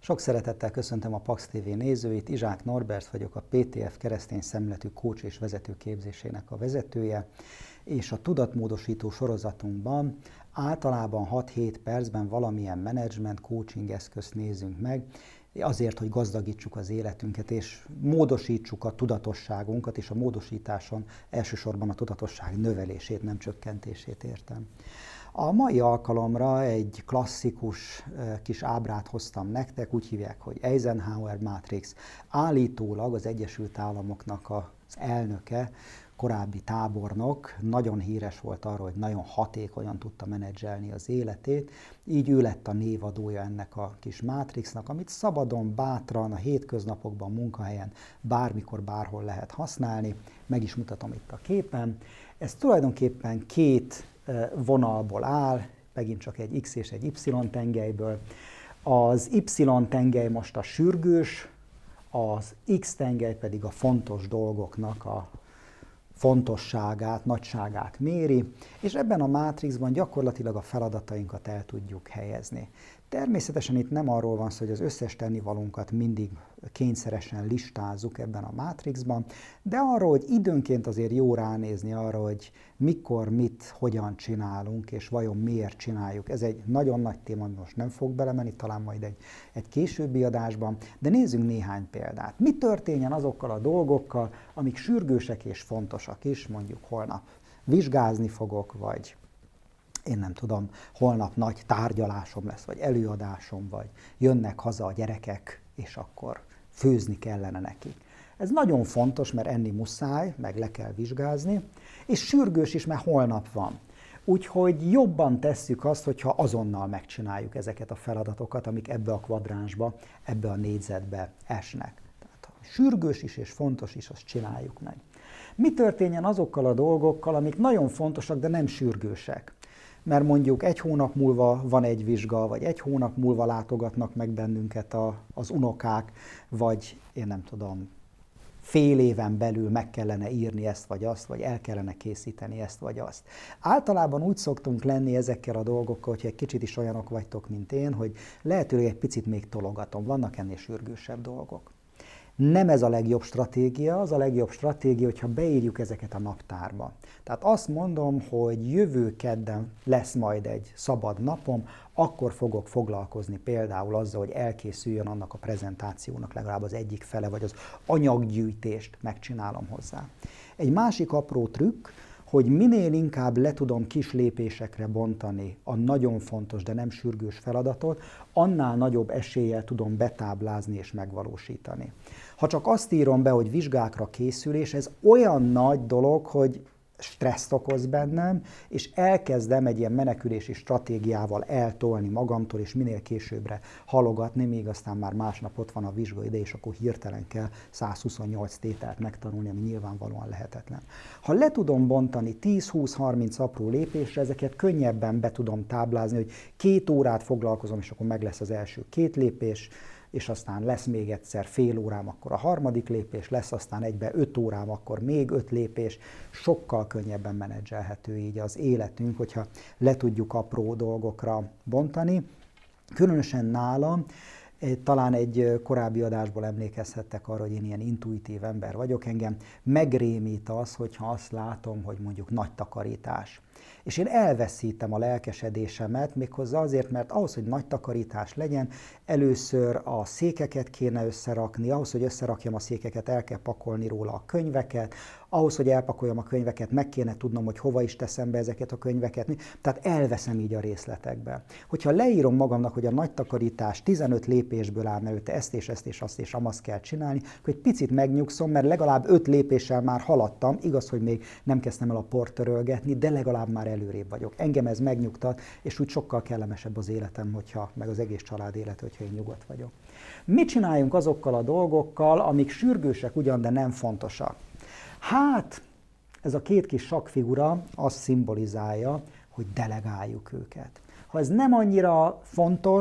Sok szeretettel köszöntöm a Pax TV nézőit, Izsák Norbert vagyok, a PTF keresztény szemletű coach és vezető képzésének a vezetője, és a tudatmódosító sorozatunkban általában 6-7 percben valamilyen menedzsment, coaching eszközt nézzünk meg, azért, hogy gazdagítsuk az életünket, és módosítsuk a tudatosságunkat, és a módosításon elsősorban a tudatosság növelését, nem csökkentését értem. A mai alkalomra egy klasszikus kis ábrát hoztam nektek, úgy hívják, hogy Eisenhower Matrix. Állítólag az Egyesült Államoknak az elnöke, korábbi tábornok, nagyon híres volt arról, hogy nagyon hatékonyan tudta menedzselni az életét, így ő lett a névadója ennek a kis mátrixnak, amit szabadon, bátran, a hétköznapokban, munkahelyen, bármikor, bárhol lehet használni. Meg is mutatom itt a képen. Ez tulajdonképpen két vonalból áll, megint csak egy X és egy Y tengelyből. Az Y tengely most a sürgős, az X tengely pedig a fontos dolgoknak a fontosságát, nagyságát méri, és ebben a mátrixban gyakorlatilag a feladatainkat el tudjuk helyezni. Természetesen itt nem arról van szó, hogy az összes tennivalónkat mindig kényszeresen listázzuk ebben a mátrixban, de arról, hogy időnként azért jó ránézni arra, hogy mikor, mit, hogyan csinálunk, és vajon miért csináljuk. Ez egy nagyon nagy téma, most nem fog belemenni, talán majd egy későbbi adásban, de nézzünk néhány példát. Mi történjen azokkal a dolgokkal, amik sürgősek és fontosak is, mondjuk holnap vizsgázni fogok, vagy én nem tudom, holnap nagy tárgyalásom lesz, vagy előadásom, vagy jönnek haza a gyerekek, és akkor főzni kellene nekik. Ez nagyon fontos, mert enni muszáj, meg le kell vizsgázni, és sürgős is, mert holnap van. Úgyhogy jobban tesszük azt, hogyha azonnal megcsináljuk ezeket a feladatokat, amik ebbe a kvadránsba, ebbe a négyzetbe esnek. Tehát ha sürgős is és fontos is, azt csináljuk meg. Mi történjen azokkal a dolgokkal, amik nagyon fontosak, de nem sürgősek? Mert mondjuk egy hónap múlva van egy vizsga, vagy egy hónap múlva látogatnak meg bennünket az unokák, vagy én nem tudom, fél éven belül meg kellene írni ezt vagy azt, vagy el kellene készíteni ezt vagy azt. Általában úgy szoktunk lenni ezekkel a dolgokkal, hogyha egy kicsit is olyanok vagytok, mint én, hogy lehetőleg egy picit még tologatom, vannak ennél sürgősebb dolgok. Nem ez a legjobb stratégia, az a legjobb stratégia, hogyha beírjuk ezeket a naptárba. Tehát azt mondom, hogy jövő kedden lesz majd egy szabad napom, akkor fogok foglalkozni például azzal, hogy elkészüljön annak a prezentációnak legalább az egyik fele, vagy az anyaggyűjtést megcsinálom hozzá. Egy másik apró trükk, hogy minél inkább le tudom kis lépésekre bontani a nagyon fontos, de nem sürgős feladatot, annál nagyobb eséllyel tudom betáblázni és megvalósítani. Ha csak azt írom be, hogy vizsgákra készülés, ez olyan nagy dolog, hogy stresszt okoz bennem, és elkezdem egy ilyen menekülési stratégiával eltolni magamtól, és minél későbbre halogatni, míg aztán már másnap ott van a vizsga ide, és akkor hirtelen kell 128 tételt megtanulni, ami nyilvánvalóan lehetetlen. Ha le tudom bontani 10-20-30 apró lépésre, ezeket könnyebben be tudom táblázni, hogy 2 órát foglalkozom, és akkor meg lesz az első 2 lépés, és aztán lesz még egyszer fél órám, akkor a harmadik lépés, lesz aztán egybe 5 órám, akkor még 5 lépés, sokkal könnyebben menedzselhető így az életünk, hogyha le tudjuk apró dolgokra bontani. Különösen nálam, talán egy korábbi adásból emlékezhettek arra, hogy én ilyen intuitív ember vagyok, engem megrémít az, hogyha azt látom, hogy mondjuk nagy takarítás. És én elveszítem a lelkesedésemet, méghozzá azért, mert ahhoz, hogy nagy takarítás legyen, először a székeket kéne összerakni, ahhoz, hogy összerakjam a székeket, el kell pakolni róla a könyveket, ahhoz, hogy elpakoljam a könyveket, meg kéne tudnom, hogy hova is teszem be ezeket a könyveket, tehát elveszem így a részletekbe. Hogyha leírom magamnak, hogy a nagy takarítás 15 lépésből áll, mert ezt és ezt és azt és amazt kell csinálni, hogy egy picit megnyugszom, mert legalább 5 lépéssel már haladtam, igaz, hogy még nem kezdtem el a port törölgetni, de legalább már előrébb vagyok. Engem ez megnyugtat, és úgy sokkal kellemesebb az életem, meg az egész család élet, hogyha én nyugodt vagyok. Mit csináljunk azokkal a dolgokkal, amik sürgősek ugyan, de nem fontosak? Hát, ez a 2 kis sakkfigura azt szimbolizálja, hogy delegáljuk őket. Ha ez nem annyira fontos,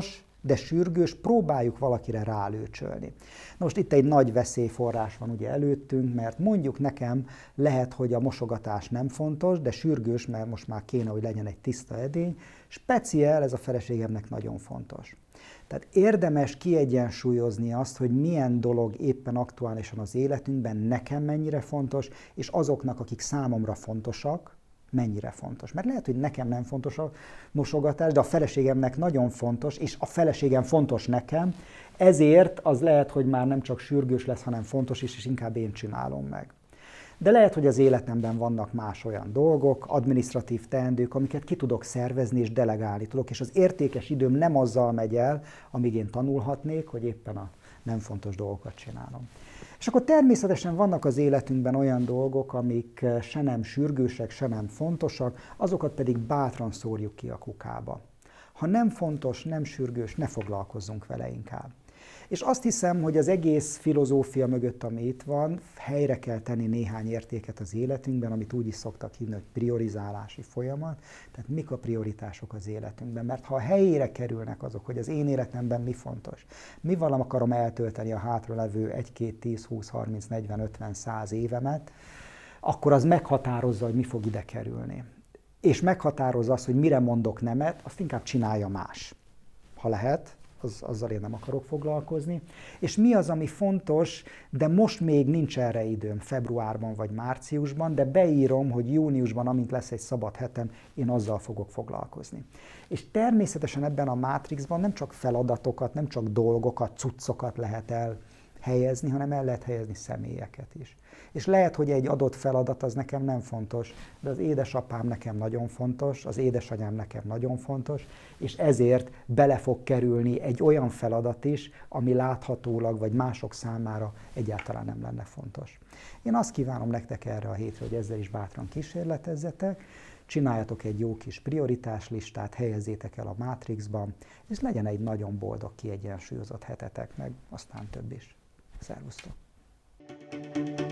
de sürgős, próbáljuk valakire rálőcsölni. Na most itt egy nagy veszélyforrás van ugye előttünk, mert mondjuk nekem lehet, hogy a mosogatás nem fontos, de sürgős, mert most már kéne, hogy legyen egy tiszta edény, speciál ez a feleségemnek nagyon fontos. Tehát érdemes kiegyensúlyozni azt, hogy milyen dolog éppen aktuálisan az életünkben nekem mennyire fontos, és azoknak, akik számomra fontosak, mennyire fontos. Mert lehet, hogy nekem nem fontos a mosogatás, de a feleségemnek nagyon fontos, és a feleségem fontos nekem, ezért az lehet, hogy már nem csak sürgős lesz, hanem fontos is, és inkább én csinálom meg. De lehet, hogy az életemben vannak más olyan dolgok, adminisztratív teendők, amiket ki tudok szervezni és delegálni tudok, és az értékes időm nem azzal megy el, amíg én tanulhatnék, hogy éppen a nem fontos dolgokat csinálom. És akkor természetesen vannak az életünkben olyan dolgok, amik se nem sürgősek, se nem fontosak, azokat pedig bátran szórjuk ki a kukába. Ha nem fontos, nem sürgős, ne foglalkozzunk vele inkább. És azt hiszem, hogy az egész filozófia mögött, ami itt van, helyre kell tenni néhány értéket az életünkben, amit úgy is szoktak hívni, hogy priorizálási folyamat. Tehát mik a prioritások az életünkben? Mert ha a helyére kerülnek azok, hogy az én életemben mi fontos, mivel akarom eltölteni a hátralevő 1, 2, 10, 20, 30, 40, 50, 100 évemet, akkor az meghatározza, hogy mi fog ide kerülni. És meghatározza azt, hogy mire mondok nemet, azt inkább csinálja más. Ha lehet, azzal én nem akarok foglalkozni. És mi az, ami fontos, de most még nincs erre időm, februárban vagy márciusban, de beírom, hogy júniusban, amint lesz egy szabad hetem, én azzal fogok foglalkozni. És természetesen ebben a mátrixban nem csak feladatokat, nem csak dolgokat, cuccokat lehet elhelyezni, hanem el lehet helyezni személyeket is. És lehet, hogy egy adott feladat az nekem nem fontos, de az édesapám nekem nagyon fontos, az édesanyám nekem nagyon fontos, és ezért bele fog kerülni egy olyan feladat is, ami láthatólag vagy mások számára egyáltalán nem lenne fontos. Én azt kívánom nektek erre a hétre, hogy ezzel is bátran kísérletezzetek, csináljatok egy jó kis prioritáslistát, helyezzétek el a mátrixban, és legyen egy nagyon boldog, kiegyensúlyozott hetetek, meg aztán több is. Szervusztok!